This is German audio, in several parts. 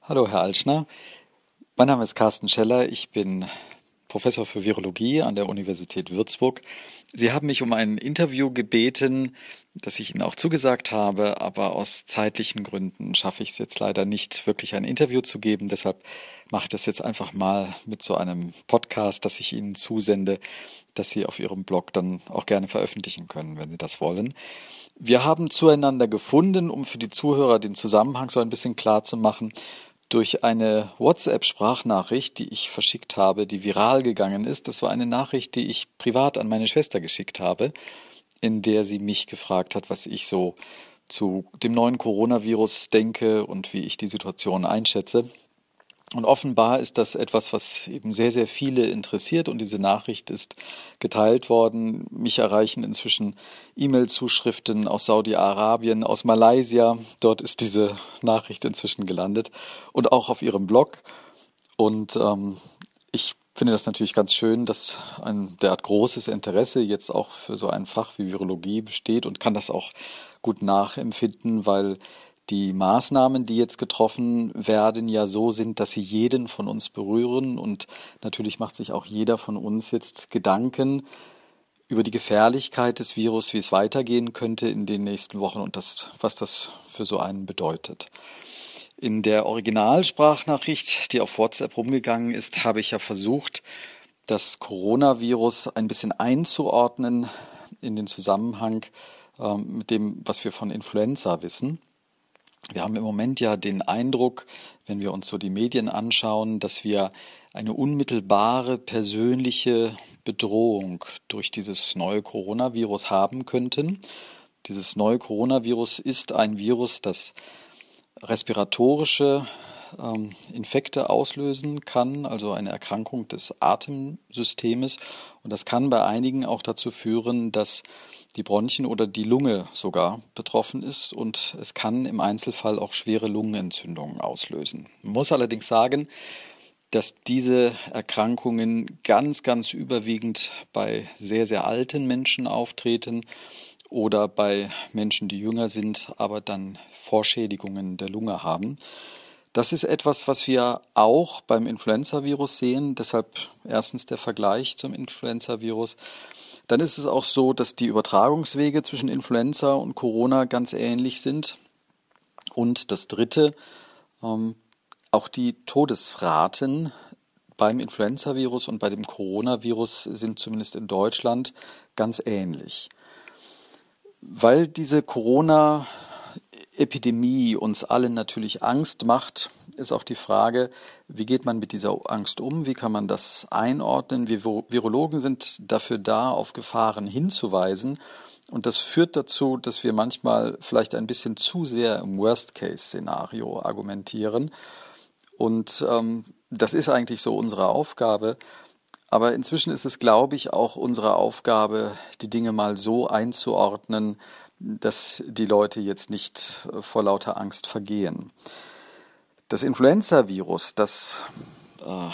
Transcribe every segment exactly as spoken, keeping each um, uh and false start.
Hallo, Herr Altschner. Mein Name ist Carsten Scheller. Ich bin Professor für Virologie an der Universität Würzburg. Sie haben mich um ein Interview gebeten, das ich Ihnen auch zugesagt habe, aber aus zeitlichen Gründen schaffe ich es jetzt leider nicht, wirklich ein Interview zu geben. Deshalb mache ich das jetzt einfach mal mit so einem Podcast, das ich Ihnen zusende, das Sie auf Ihrem Blog dann auch gerne veröffentlichen können, wenn Sie das wollen. Wir haben zueinander gefunden, um für die Zuhörer den Zusammenhang so ein bisschen klar zu machen, durch eine WhatsApp-Sprachnachricht, die ich verschickt habe, die viral gegangen ist. Das war eine Nachricht, die ich privat an meine Schwester geschickt habe, in der sie mich gefragt hat, was ich so zu dem neuen Coronavirus denke und wie ich die Situation einschätze. Und offenbar ist das etwas, was eben sehr, sehr viele interessiert, und diese Nachricht ist geteilt worden. Mich erreichen inzwischen E-Mail-Zuschriften aus Saudi-Arabien, aus Malaysia. Dort ist diese Nachricht inzwischen gelandet und auch auf Ihrem Blog. Und ähm, ich finde das natürlich ganz schön, dass ein derart großes Interesse jetzt auch für so ein Fach wie Virologie besteht, und kann das auch gut nachempfinden, weil die Maßnahmen, die jetzt getroffen werden, ja so sind, dass sie jeden von uns berühren, und natürlich macht sich auch jeder von uns jetzt Gedanken über die Gefährlichkeit des Virus, wie es weitergehen könnte in den nächsten Wochen und das, was das für so einen bedeutet. In der Originalsprachnachricht, die auf WhatsApp rumgegangen ist, habe ich ja versucht, das Coronavirus ein bisschen einzuordnen in den Zusammenhang äh, mit dem, was wir von Influenza wissen. Wir haben im Moment ja den Eindruck, wenn wir uns so die Medien anschauen, dass wir eine unmittelbare persönliche Bedrohung durch dieses neue Coronavirus haben könnten. Dieses neue Coronavirus ist ein Virus, das respiratorische ähm, Infekte auslösen kann, also eine Erkrankung des Atemsystems. Und das kann bei einigen auch dazu führen, dass die Bronchien oder die Lunge sogar betroffen ist, und es kann im Einzelfall auch schwere Lungenentzündungen auslösen. Man muss allerdings sagen, dass diese Erkrankungen ganz, ganz überwiegend bei sehr, sehr alten Menschen auftreten oder bei Menschen, die jünger sind, aber dann Vorschädigungen der Lunge haben. Das ist etwas, was wir auch beim Influenzavirus sehen, deshalb erstens der Vergleich zum Influenzavirus. Dann ist es auch so, dass die Übertragungswege zwischen Influenza und Corona ganz ähnlich sind. Und das Dritte, ähm, auch die Todesraten beim Influenzavirus und bei dem Coronavirus sind zumindest in Deutschland ganz ähnlich. Weil diese Corona-Epidemie uns allen natürlich Angst macht, ist auch die Frage, wie geht man mit dieser Angst um? Wie kann man das einordnen? Wir Virologen sind dafür da, auf Gefahren hinzuweisen. Und das führt dazu, dass wir manchmal vielleicht ein bisschen zu sehr im Worst-Case-Szenario argumentieren. Und ähm, das ist eigentlich so unsere Aufgabe. Aber inzwischen ist es, glaube ich, auch unsere Aufgabe, die Dinge mal so einzuordnen, dass die Leute jetzt nicht vor lauter Angst vergehen. Das Influenzavirus, das äh,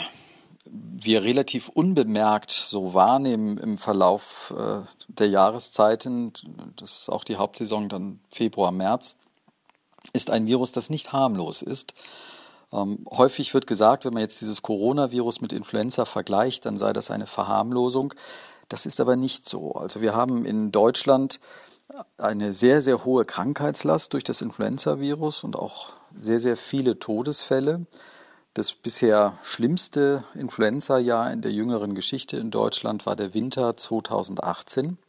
wir relativ unbemerkt so wahrnehmen im Verlauf äh, der Jahreszeiten, das ist auch die Hauptsaison, dann Februar, März, ist ein Virus, das nicht harmlos ist. Ähm, häufig wird gesagt, wenn man jetzt dieses Coronavirus mit Influenza vergleicht, dann sei das eine Verharmlosung. Das ist aber nicht so. Also wir haben in Deutschland eine sehr, sehr hohe Krankheitslast durch das Influenzavirus und auch sehr, sehr viele Todesfälle. Das bisher schlimmste Influenza-Jahr in der jüngeren Geschichte in Deutschland war der Winter zweitausendachtzehn.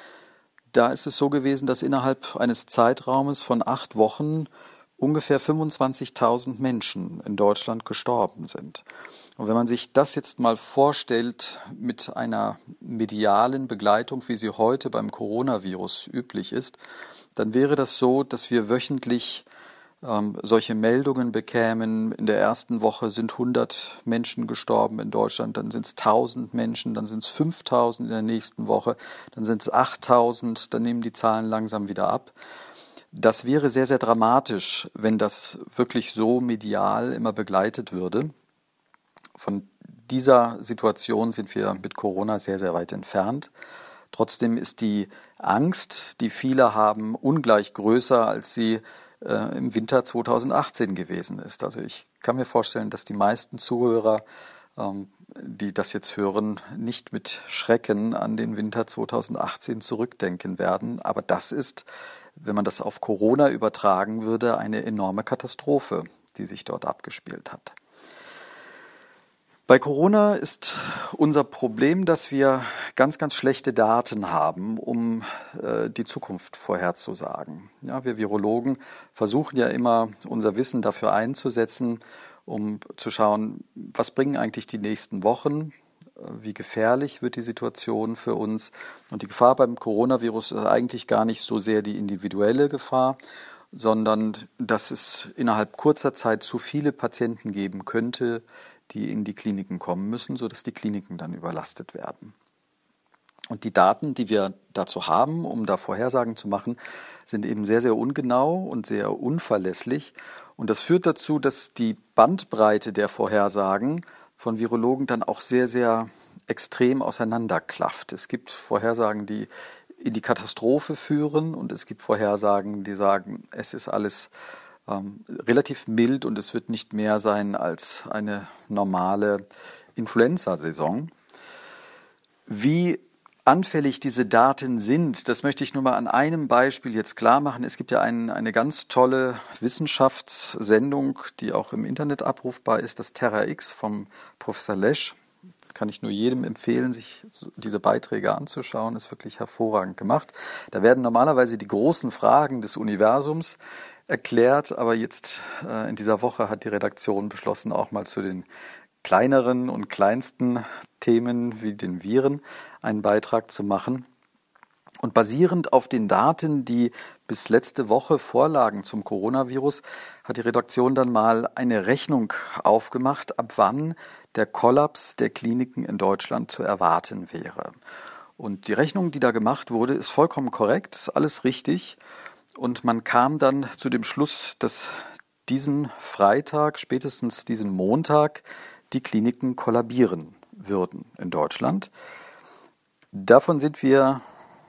Da ist es so gewesen, dass innerhalb eines Zeitraumes von acht Wochen ungefähr fünfundzwanzigtausend Menschen in Deutschland gestorben sind. Und wenn man sich das jetzt mal vorstellt mit einer medialen Begleitung, wie sie heute beim Coronavirus üblich ist, dann wäre das so, dass wir wöchentlich ähm, solche Meldungen bekämen. In der ersten Woche sind hundert Menschen gestorben in Deutschland, dann sind es tausend Menschen, dann sind es fünftausend in der nächsten Woche, dann sind es achttausend, dann nehmen die Zahlen langsam wieder ab. Das wäre sehr, sehr dramatisch, wenn das wirklich so medial immer begleitet würde. Von dieser Situation sind wir mit Corona sehr, sehr weit entfernt. Trotzdem ist die Angst, die viele haben, ungleich größer, als sie äh, im Winter zweitausendachtzehn gewesen ist. Also ich kann mir vorstellen, dass die meisten Zuhörer, ähm, die das jetzt hören, nicht mit Schrecken an den Winter zweitausendachtzehn zurückdenken werden. Aber das ist, wenn man das auf Corona übertragen würde, eine enorme Katastrophe, die sich dort abgespielt hat. Bei Corona ist unser Problem, dass wir ganz, ganz schlechte Daten haben, um äh, die Zukunft vorherzusagen. Ja, wir Virologen versuchen ja immer, unser Wissen dafür einzusetzen, um zu schauen, was bringen eigentlich die nächsten Wochen, wie gefährlich wird die Situation für uns. Und die Gefahr beim Coronavirus ist eigentlich gar nicht so sehr die individuelle Gefahr, sondern dass es innerhalb kurzer Zeit zu viele Patienten geben könnte, die in die Kliniken kommen müssen, sodass die Kliniken dann überlastet werden. Und die Daten, die wir dazu haben, um da Vorhersagen zu machen, sind eben sehr, sehr ungenau und sehr unverlässlich. Und das führt dazu, dass die Bandbreite der Vorhersagen von Virologen dann auch sehr, sehr extrem auseinanderklafft. Es gibt Vorhersagen, die in die Katastrophe führen, und es gibt Vorhersagen, die sagen, es ist alles ähm, relativ mild und es wird nicht mehr sein als eine normale Influenza-Saison. Wie anfällig diese Daten sind, das möchte ich nur mal an einem Beispiel jetzt klar machen. Es gibt ja ein, eine ganz tolle Wissenschaftssendung, die auch im Internet abrufbar ist, das Terra X vom Professor Lesch. Kann ich nur jedem empfehlen, sich diese Beiträge anzuschauen. Ist wirklich hervorragend gemacht. Da werden normalerweise die großen Fragen des Universums erklärt, aber jetzt äh, in dieser Woche hat die Redaktion beschlossen, auch mal zu den kleineren und kleinsten Themen wie den Viren einen Beitrag zu machen. Und basierend auf den Daten, die bis letzte Woche vorlagen zum Coronavirus, hat die Redaktion dann mal eine Rechnung aufgemacht, ab wann der Kollaps der Kliniken in Deutschland zu erwarten wäre. Und die Rechnung, die da gemacht wurde, ist vollkommen korrekt, ist alles richtig. Und man kam dann zu dem Schluss, dass diesen Freitag, spätestens diesen Montag, die Kliniken kollabieren würden in Deutschland. Davon sind wir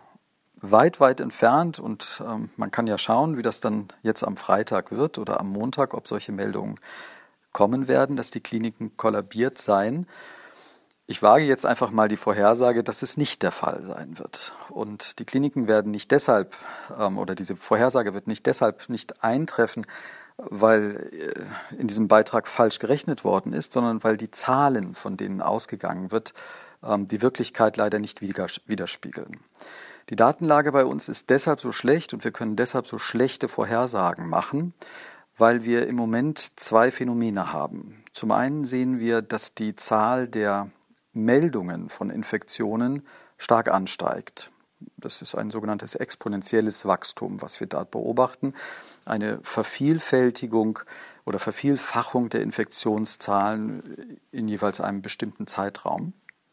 weit, weit entfernt, und ähm, man kann ja schauen, wie das dann jetzt am Freitag wird oder am Montag, ob solche Meldungen kommen werden, dass die Kliniken kollabiert seien. Ich wage jetzt einfach mal die Vorhersage, dass es nicht der Fall sein wird. Und die Kliniken werden nicht deshalb, ähm, oder diese Vorhersage wird nicht deshalb nicht eintreffen, weil äh, in diesem Beitrag falsch gerechnet worden ist, sondern weil die Zahlen, von denen ausgegangen wird, ähm, die Wirklichkeit leider nicht widerspiegeln. Die Datenlage bei uns ist deshalb so schlecht und wir können deshalb so schlechte Vorhersagen machen, weil wir im Moment zwei Phänomene haben. Zum einen sehen wir, dass die Zahl der Meldungen von Infektionen stark ansteigt. Das ist ein sogenanntes exponentielles Wachstum, was wir dort beobachten. Eine Vervielfältigung oder Vervielfachung der Infektionszahlen in jeweils einem bestimmten Zeitraum.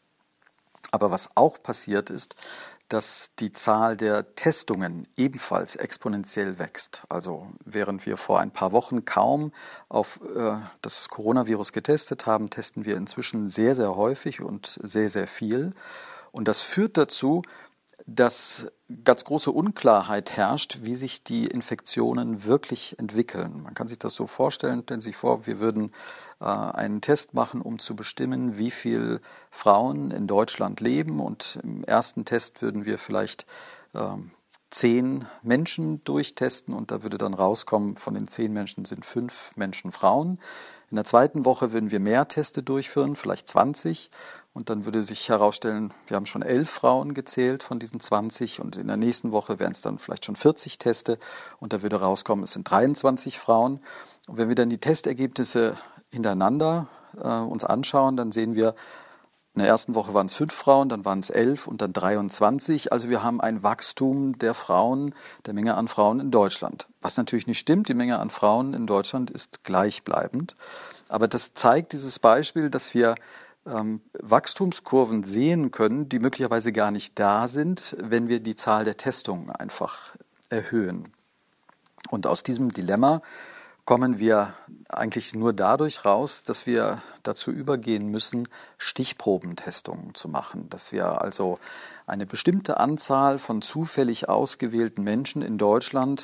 Aber was auch passiert ist, dass die Zahl der Testungen ebenfalls exponentiell wächst. Also während wir vor ein paar Wochen kaum auf äh, das Coronavirus getestet haben, testen wir inzwischen sehr, sehr häufig und sehr, sehr viel. Und das führt dazu, dass ganz große Unklarheit herrscht, wie sich die Infektionen wirklich entwickeln. Man kann sich das so vorstellen, stellen Sie sich vor, wir würden äh, einen Test machen, um zu bestimmen, wie viele Frauen in Deutschland leben, und im ersten Test würden wir vielleicht äh, zehn Menschen durchtesten, und da würde dann rauskommen, von den zehn Menschen sind fünf Menschen Frauen. In der zweiten Woche würden wir mehr Teste durchführen, vielleicht zwanzig. Und dann würde sich herausstellen, wir haben schon elf Frauen gezählt von diesen zwanzig, und in der nächsten Woche wären es dann vielleicht schon vierzig Teste, und da würde rauskommen, es sind dreiundzwanzig Frauen. Und wenn wir dann die Testergebnisse hintereinander äh, uns anschauen, dann sehen wir, in der ersten Woche waren es fünf Frauen, dann waren es elf und dann dreiundzwanzig. Also wir haben ein Wachstum der Frauen, der Menge an Frauen in Deutschland. Was natürlich nicht stimmt, die Menge an Frauen in Deutschland ist gleichbleibend. Aber das zeigt dieses Beispiel, dass wir ähm, Wachstumskurven sehen können, die möglicherweise gar nicht da sind, wenn wir die Zahl der Testungen einfach erhöhen. Und aus diesem Dilemma kommen wir eigentlich nur dadurch raus, dass wir dazu übergehen müssen, Stichprobentestungen zu machen. Dass wir also eine bestimmte Anzahl von zufällig ausgewählten Menschen in Deutschland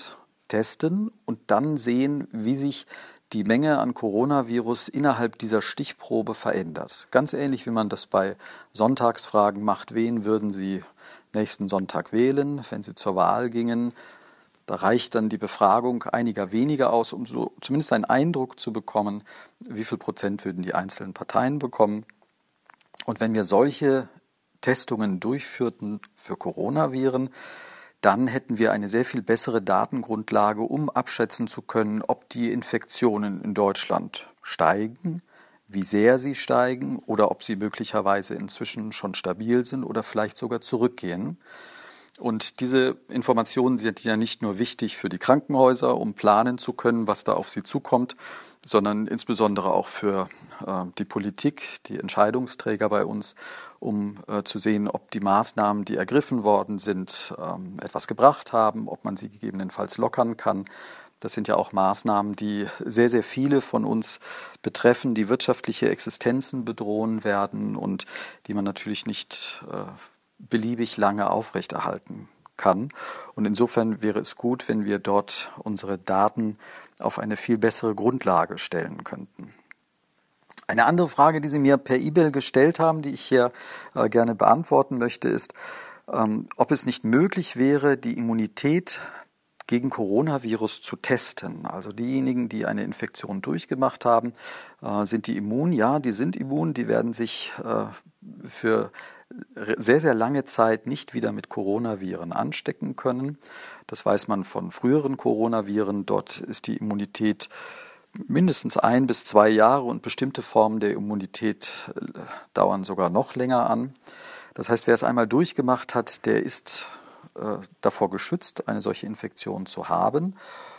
testen und dann sehen, wie sich die Menge an Coronavirus innerhalb dieser Stichprobe verändert. Ganz ähnlich, wie man das bei Sonntagsfragen macht. Wen würden Sie nächsten Sonntag wählen, wenn Sie zur Wahl gingen? Da reicht dann die Befragung einiger weniger aus, um so zumindest einen Eindruck zu bekommen, wie viel Prozent würden die einzelnen Parteien bekommen. Und wenn wir solche Testungen durchführten für Coronaviren, dann hätten wir eine sehr viel bessere Datengrundlage, um abschätzen zu können, ob die Infektionen in Deutschland steigen, wie sehr sie steigen oder ob sie möglicherweise inzwischen schon stabil sind oder vielleicht sogar zurückgehen. Und diese Informationen sind ja nicht nur wichtig für die Krankenhäuser, um planen zu können, was da auf sie zukommt, sondern insbesondere auch für äh, die Politik, die Entscheidungsträger bei uns, um äh, zu sehen, ob die Maßnahmen, die ergriffen worden sind, ähm, etwas gebracht haben, ob man sie gegebenenfalls lockern kann. Das sind ja auch Maßnahmen, die sehr, sehr viele von uns betreffen, die wirtschaftliche Existenzen bedrohen werden und die man natürlich nicht äh, beliebig lange aufrechterhalten kann. Und insofern wäre es gut, wenn wir dort unsere Daten auf eine viel bessere Grundlage stellen könnten. Eine andere Frage, die Sie mir per E-Mail gestellt haben, die ich hier äh, gerne beantworten möchte, ist, ähm, ob es nicht möglich wäre, die Immunität gegen Coronavirus zu testen. Also diejenigen, die eine Infektion durchgemacht haben, äh, sind die immun? Ja, die sind immun. Die werden sich äh, für sehr, sehr lange Zeit nicht wieder mit Coronaviren anstecken können. Das weiß man von früheren Coronaviren. Dort ist die Immunität mindestens ein bis zwei Jahre und bestimmte Formen der Immunität dauern sogar noch länger an. Das heißt, wer es einmal durchgemacht hat, der ist äh, davor geschützt, eine solche Infektion zu haben.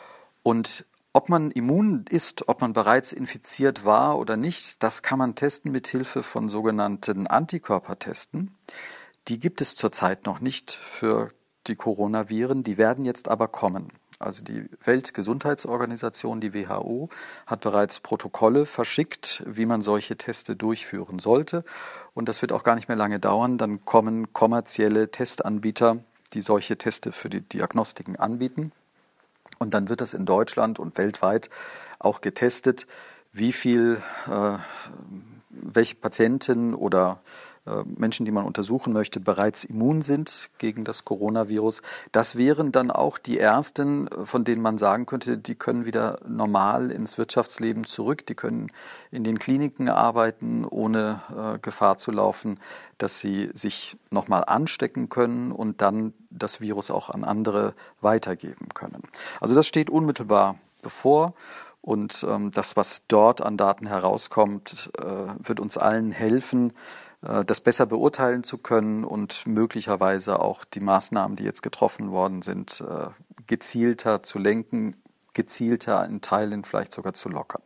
Und ob man immun ist, ob man bereits infiziert war oder nicht, das kann man testen mit Hilfe von sogenannten Antikörpertesten. Die gibt es zurzeit noch nicht für die Coronaviren, die werden jetzt aber kommen. Also die Weltgesundheitsorganisation, die W H O, hat bereits Protokolle verschickt, wie man solche Teste durchführen sollte. Und das wird auch gar nicht mehr lange dauern. Dann kommen kommerzielle Testanbieter, die solche Teste für die Diagnostiken anbieten. Und dann wird das in Deutschland und weltweit auch getestet, wie viel, äh, welche Patienten oder äh, Menschen, die man untersuchen möchte, bereits immun sind gegen das Coronavirus. Das wären dann auch die ersten, von denen man sagen könnte, die können wieder normal ins Wirtschaftsleben zurück, die können in den Kliniken arbeiten, ohne äh, Gefahr zu laufen, dass sie sich nochmal anstecken können und dann das Virus auch an andere weitergeben können. Also das steht unmittelbar bevor und ähm, das, was dort an Daten herauskommt, äh, wird uns allen helfen, äh, das besser beurteilen zu können und möglicherweise auch die Maßnahmen, die jetzt getroffen worden sind, äh, gezielter zu lenken, gezielter in Teilen vielleicht sogar zu lockern.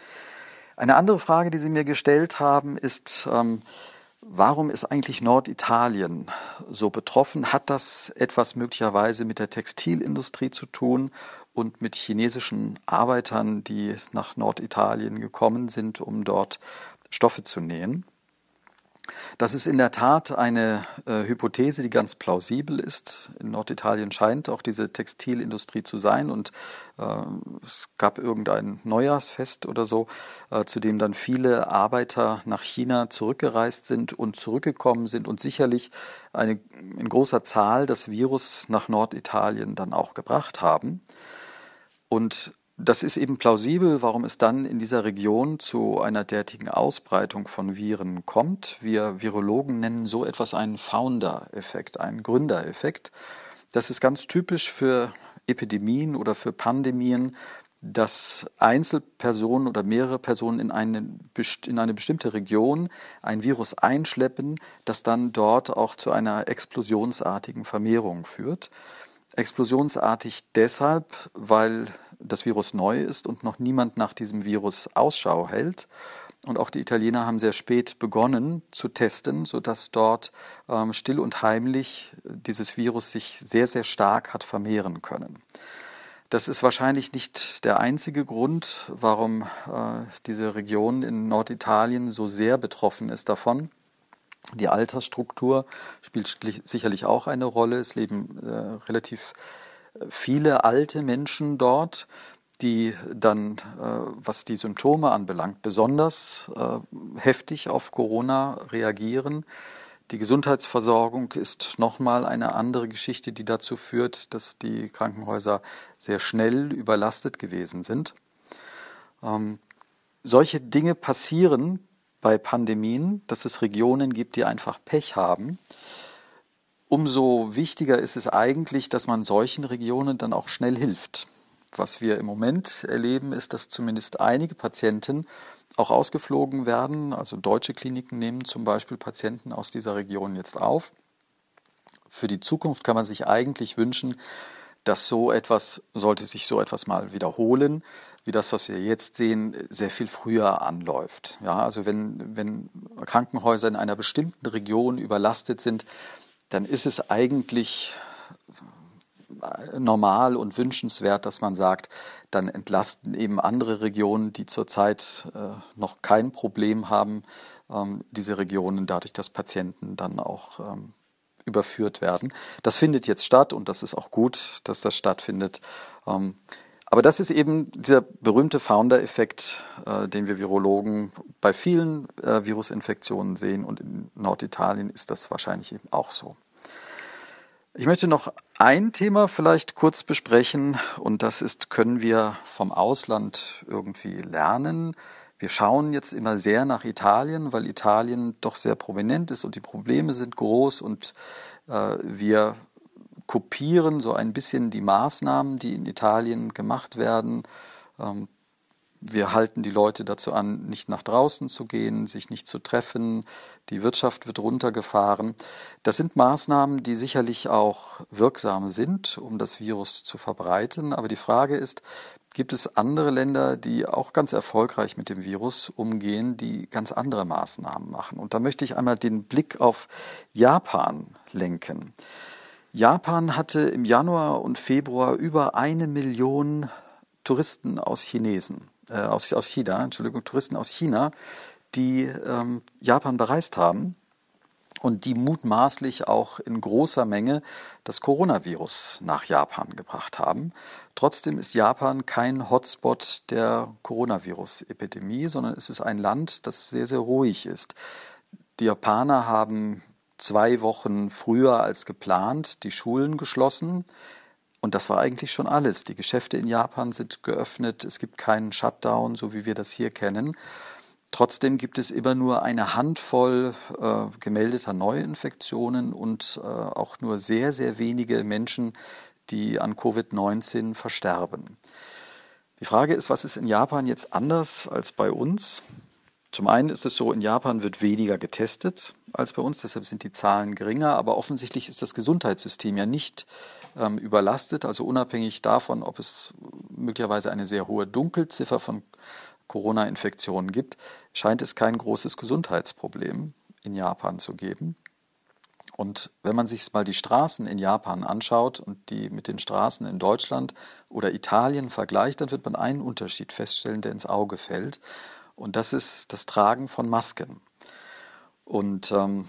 Eine andere Frage, die Sie mir gestellt haben, ist, ähm, warum ist eigentlich Norditalien so betroffen? Hat das etwas möglicherweise mit der Textilindustrie zu tun und mit chinesischen Arbeitern, die nach Norditalien gekommen sind, um dort Stoffe zu nähen? Das ist in der Tat eine äh, Hypothese, die ganz plausibel ist. In Norditalien scheint auch diese Textilindustrie zu sein und äh, es gab irgendein Neujahrsfest oder so, äh, zu dem dann viele Arbeiter nach China zurückgereist sind und zurückgekommen sind und sicherlich eine, in großer Zahl das Virus nach Norditalien dann auch gebracht haben. Und das ist eben plausibel, warum es dann in dieser Region zu einer derartigen Ausbreitung von Viren kommt. Wir Virologen nennen so etwas einen Founder-Effekt, einen Gründereffekt. Das ist ganz typisch für Epidemien oder für Pandemien, dass Einzelpersonen oder mehrere Personen in eine, in eine bestimmte Region ein Virus einschleppen, das dann dort auch zu einer explosionsartigen Vermehrung führt. Explosionsartig deshalb, weil das Virus neu ist und noch niemand nach diesem Virus Ausschau hält. Und auch die Italiener haben sehr spät begonnen zu testen, sodass dort ähm, still und heimlich dieses Virus sich sehr, sehr stark hat vermehren können. Das ist wahrscheinlich nicht der einzige Grund, warum äh, diese Region in Norditalien so sehr betroffen ist davon. Die Altersstruktur spielt sicherlich auch eine Rolle. Es leben äh, relativ viele alte Menschen dort, die dann, was die Symptome anbelangt, besonders heftig auf Corona reagieren. Die Gesundheitsversorgung ist nochmal eine andere Geschichte, die dazu führt, dass die Krankenhäuser sehr schnell überlastet gewesen sind. Ähm, solche Dinge passieren bei Pandemien, dass es Regionen gibt, die einfach Pech haben. Umso wichtiger ist es eigentlich, dass man solchen Regionen dann auch schnell hilft. Was wir im Moment erleben, ist, dass zumindest einige Patienten auch ausgeflogen werden. Also deutsche Kliniken nehmen zum Beispiel Patienten aus dieser Region jetzt auf. Für die Zukunft kann man sich eigentlich wünschen, dass so etwas, sollte sich so etwas mal wiederholen, wie das, was wir jetzt sehen, sehr viel früher anläuft. Ja, also wenn, wenn Krankenhäuser in einer bestimmten Region überlastet sind, dann ist es eigentlich normal und wünschenswert, dass man sagt, dann entlasten eben andere Regionen, die zurzeit äh, noch kein Problem haben, ähm, diese Regionen dadurch, dass Patienten dann auch ähm, überführt werden. Das findet jetzt statt und das ist auch gut, dass das stattfindet. Ähm, aber das ist eben dieser berühmte Founder-Effekt, äh, den wir Virologen bei vielen äh, Virusinfektionen sehen, und in Norditalien ist das wahrscheinlich eben auch so. Ich möchte noch ein Thema vielleicht kurz besprechen, und das ist, können wir vom Ausland irgendwie lernen? Wir schauen jetzt immer sehr nach Italien, weil Italien doch sehr prominent ist und die Probleme sind groß, und äh, wir kopieren so ein bisschen die Maßnahmen, die in Italien gemacht werden. Ähm, Wir halten die Leute dazu an, nicht nach draußen zu gehen, sich nicht zu treffen. Die Wirtschaft wird runtergefahren. Das sind Maßnahmen, die sicherlich auch wirksam sind, um das Virus zu verbreiten. Aber die Frage ist, gibt es andere Länder, die auch ganz erfolgreich mit dem Virus umgehen, die ganz andere Maßnahmen machen? Und da möchte ich einmal den Blick auf Japan lenken. Japan hatte im Januar und Februar über eine Million Touristen aus Chinesen. Äh, aus, aus China, Entschuldigung, Touristen aus China, die ähm, Japan bereist haben und die mutmaßlich auch in großer Menge das Coronavirus nach Japan gebracht haben. Trotzdem ist Japan kein Hotspot der Coronavirus-Epidemie, sondern es ist ein Land, das sehr, sehr ruhig ist. Die Japaner haben zwei Wochen früher als geplant die Schulen geschlossen. Und das war eigentlich schon alles. Die Geschäfte in Japan sind geöffnet, es gibt keinen Shutdown, so wie wir das hier kennen. Trotzdem gibt es immer nur eine Handvoll äh, gemeldeter Neuinfektionen und äh, auch nur sehr, sehr wenige Menschen, die an Covid neunzehn versterben. Die Frage ist, was ist in Japan jetzt anders als bei uns? Zum einen ist es so, in Japan wird weniger getestet als bei uns, deshalb sind die Zahlen geringer, aber offensichtlich ist das Gesundheitssystem ja nicht ähm, überlastet, also unabhängig davon, ob es möglicherweise eine sehr hohe Dunkelziffer von Corona-Infektionen gibt, scheint es kein großes Gesundheitsproblem in Japan zu geben. Und wenn man sich mal die Straßen in Japan anschaut und die mit den Straßen in Deutschland oder Italien vergleicht, dann wird man einen Unterschied feststellen, der ins Auge fällt. Und das ist das Tragen von Masken. Und ähm,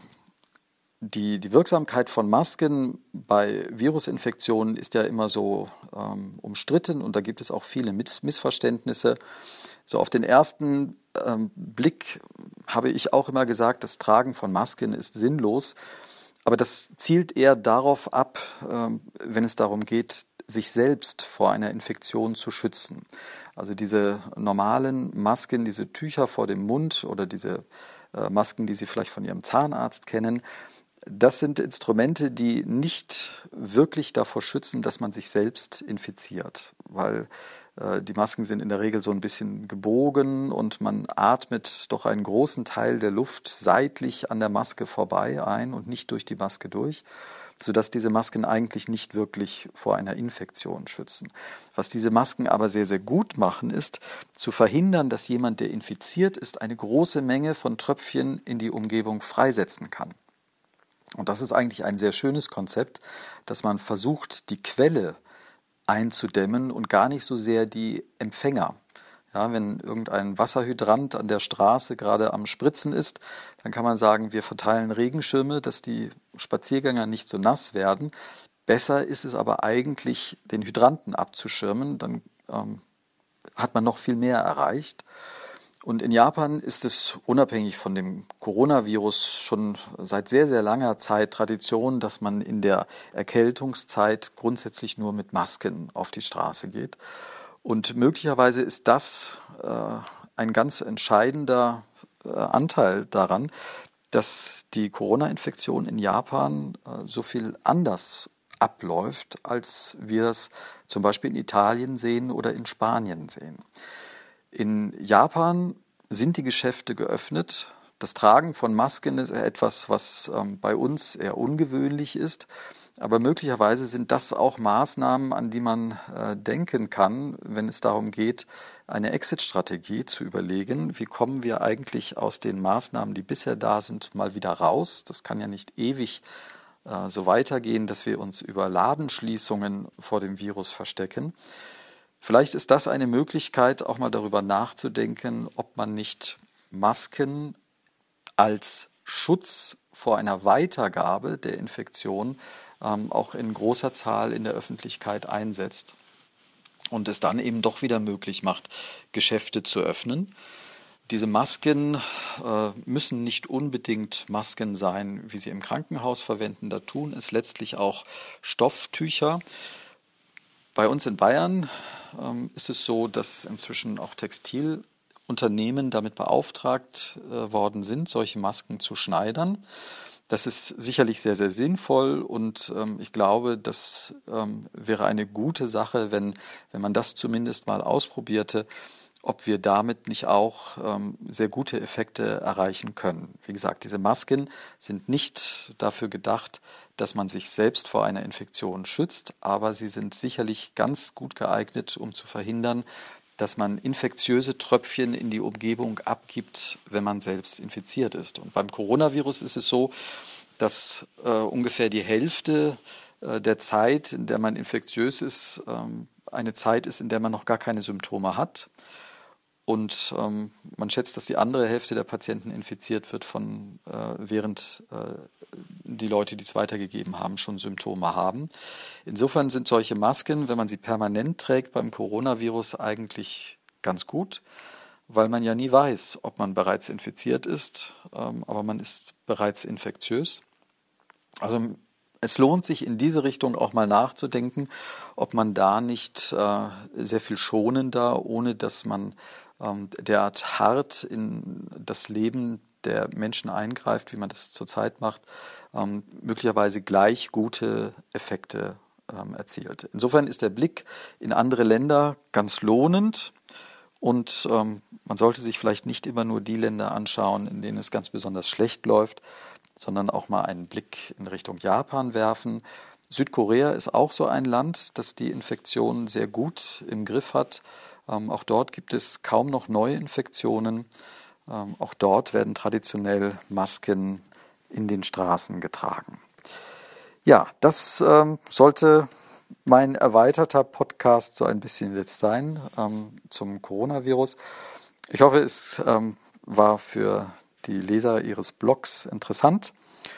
die, die Wirksamkeit von Masken bei Virusinfektionen ist ja immer so ähm, umstritten, und da gibt es auch viele Miss- Missverständnisse. So auf den ersten ähm, Blick habe ich auch immer gesagt, das Tragen von Masken ist sinnlos. Aber das zielt eher darauf ab, ähm, wenn es darum geht, sich selbst vor einer Infektion zu schützen. Also diese normalen Masken, diese Tücher vor dem Mund oder diese äh, Masken, die Sie vielleicht von Ihrem Zahnarzt kennen, das sind Instrumente, die nicht wirklich davor schützen, dass man sich selbst infiziert, weil äh, die Masken sind in der Regel so ein bisschen gebogen und man atmet doch einen großen Teil der Luft seitlich an der Maske vorbei ein und nicht durch die Maske durch, sodass diese Masken eigentlich nicht wirklich vor einer Infektion schützen. Was diese Masken aber sehr, sehr gut machen, ist zu verhindern, dass jemand, der infiziert ist, eine große Menge von Tröpfchen in die Umgebung freisetzen kann. Und das ist eigentlich ein sehr schönes Konzept, dass man versucht, die Quelle einzudämmen und gar nicht so sehr die Empfänger. Ja, wenn irgendein Wasserhydrant an der Straße gerade am Spritzen ist, dann kann man sagen, wir verteilen Regenschirme, dass die Spaziergänger nicht so nass werden. Besser ist es aber eigentlich, den Hydranten abzuschirmen, dann ähm, hat man noch viel mehr erreicht. Und in Japan ist es unabhängig von dem Coronavirus schon seit sehr, sehr langer Zeit Tradition, dass man in der Erkältungszeit grundsätzlich nur mit Masken auf die Straße geht. Und möglicherweise ist das äh, ein ganz entscheidender äh, Anteil daran, dass die Corona-Infektion in Japan äh, so viel anders abläuft, als wir das zum Beispiel in Italien sehen oder in Spanien sehen. In Japan sind die Geschäfte geöffnet. Das Tragen von Masken ist etwas, was ähm, bei uns eher ungewöhnlich ist. Aber möglicherweise sind das auch Maßnahmen, an die man äh, denken kann, wenn es darum geht, eine Exit-Strategie zu überlegen. Wie kommen wir eigentlich aus den Maßnahmen, die bisher da sind, mal wieder raus? Das kann ja nicht ewig äh, so weitergehen, dass wir uns über Ladenschließungen vor dem Virus verstecken. Vielleicht ist das eine Möglichkeit, auch mal darüber nachzudenken, ob man nicht Masken als Schutz vor einer Weitergabe der Infektion ähm, auch in großer Zahl in der Öffentlichkeit einsetzt und es dann eben doch wieder möglich macht, Geschäfte zu öffnen. Diese Masken äh, müssen nicht unbedingt Masken sein, wie sie im Krankenhaus verwenden. Da tun es letztlich auch Stofftücher. Bei uns in Bayern ähm, ist es so, dass inzwischen auch Textilunternehmen damit beauftragt äh, worden sind, solche Masken zu schneidern. Das ist sicherlich sehr, sehr sinnvoll und ähm, ich glaube, das ähm, wäre eine gute Sache, wenn, wenn man das zumindest mal ausprobierte, ob wir damit nicht auch ähm, sehr gute Effekte erreichen können. Wie gesagt, diese Masken sind nicht dafür gedacht, dass man sich selbst vor einer Infektion schützt, aber sie sind sicherlich ganz gut geeignet, um zu verhindern, dass man infektiöse Tröpfchen in die Umgebung abgibt, wenn man selbst infiziert ist. Und beim Coronavirus ist es so, dass äh, ungefähr die Hälfte äh, der Zeit, in der man infektiös ist, ähm, eine Zeit ist, in der man noch gar keine Symptome hat. Und ähm, man schätzt, dass die andere Hälfte der Patienten infiziert wird, von äh, während äh, die Leute, die es weitergegeben haben, schon Symptome haben. Insofern sind solche Masken, wenn man sie permanent trägt beim Coronavirus, eigentlich ganz gut, weil man ja nie weiß, ob man bereits infiziert ist, ähm, aber man ist bereits infektiös. Also es lohnt sich in diese Richtung auch mal nachzudenken, ob man da nicht äh, sehr viel schonender, ohne dass man ähm, derart hart in das Leben der Menschen eingreift, wie man das zurzeit macht, ähm, möglicherweise gleich gute Effekte ähm, erzielt. Insofern ist der Blick in andere Länder ganz lohnend und ähm, man sollte sich vielleicht nicht immer nur die Länder anschauen, in denen es ganz besonders schlecht läuft, sondern auch mal einen Blick in Richtung Japan werfen. Südkorea ist auch so ein Land, das die Infektion sehr gut im Griff hat. Ähm, auch dort gibt es kaum noch neue Infektionen. Ähm, auch dort werden traditionell Masken in den Straßen getragen. Ja, das ähm, sollte mein erweiterter Podcast so ein bisschen jetzt sein ähm, zum Coronavirus. Ich hoffe, es ähm, war für die Leser Ihres Blogs interessant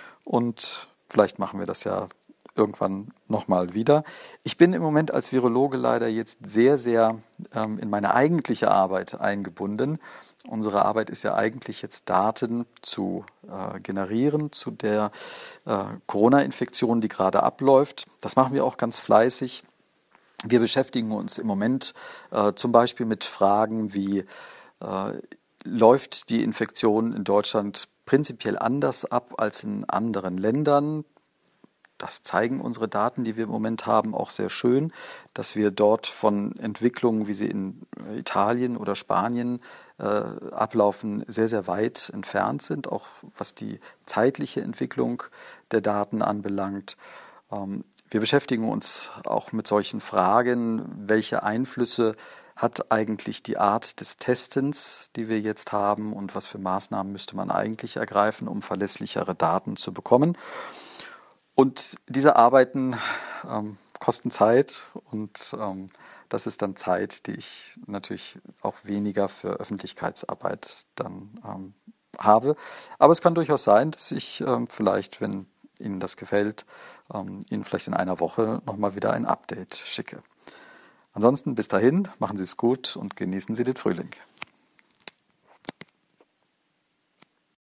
und vielleicht machen wir das ja irgendwann nochmal wieder. Ich bin im Moment als Virologe leider jetzt sehr, sehr ähm, in meine eigentliche Arbeit eingebunden. Unsere Arbeit ist ja eigentlich jetzt Daten zu äh, generieren zu der äh, Corona-Infektion, die gerade abläuft. Das machen wir auch ganz fleißig. Wir beschäftigen uns im Moment äh, zum Beispiel mit Fragen wie äh, läuft die Infektion in Deutschland prinzipiell anders ab als in anderen Ländern. Das zeigen unsere Daten, die wir im Moment haben, auch sehr schön, dass wir dort von Entwicklungen, wie sie in Italien oder Spanien äh, ablaufen, sehr, sehr weit entfernt sind, auch was die zeitliche Entwicklung der Daten anbelangt. Ähm, wir beschäftigen uns auch mit solchen Fragen, welche Einflüsse hat eigentlich die Art des Testens, die wir jetzt haben, und was für Maßnahmen müsste man eigentlich ergreifen, um verlässlichere Daten zu bekommen. Und diese Arbeiten ähm, kosten Zeit und ähm, das ist dann Zeit, die ich natürlich auch weniger für Öffentlichkeitsarbeit dann ähm, habe. Aber es kann durchaus sein, dass ich ähm, vielleicht, wenn Ihnen das gefällt, ähm, Ihnen vielleicht in einer Woche nochmal wieder ein Update schicke. Ansonsten bis dahin, machen Sie es gut und genießen Sie den Frühling.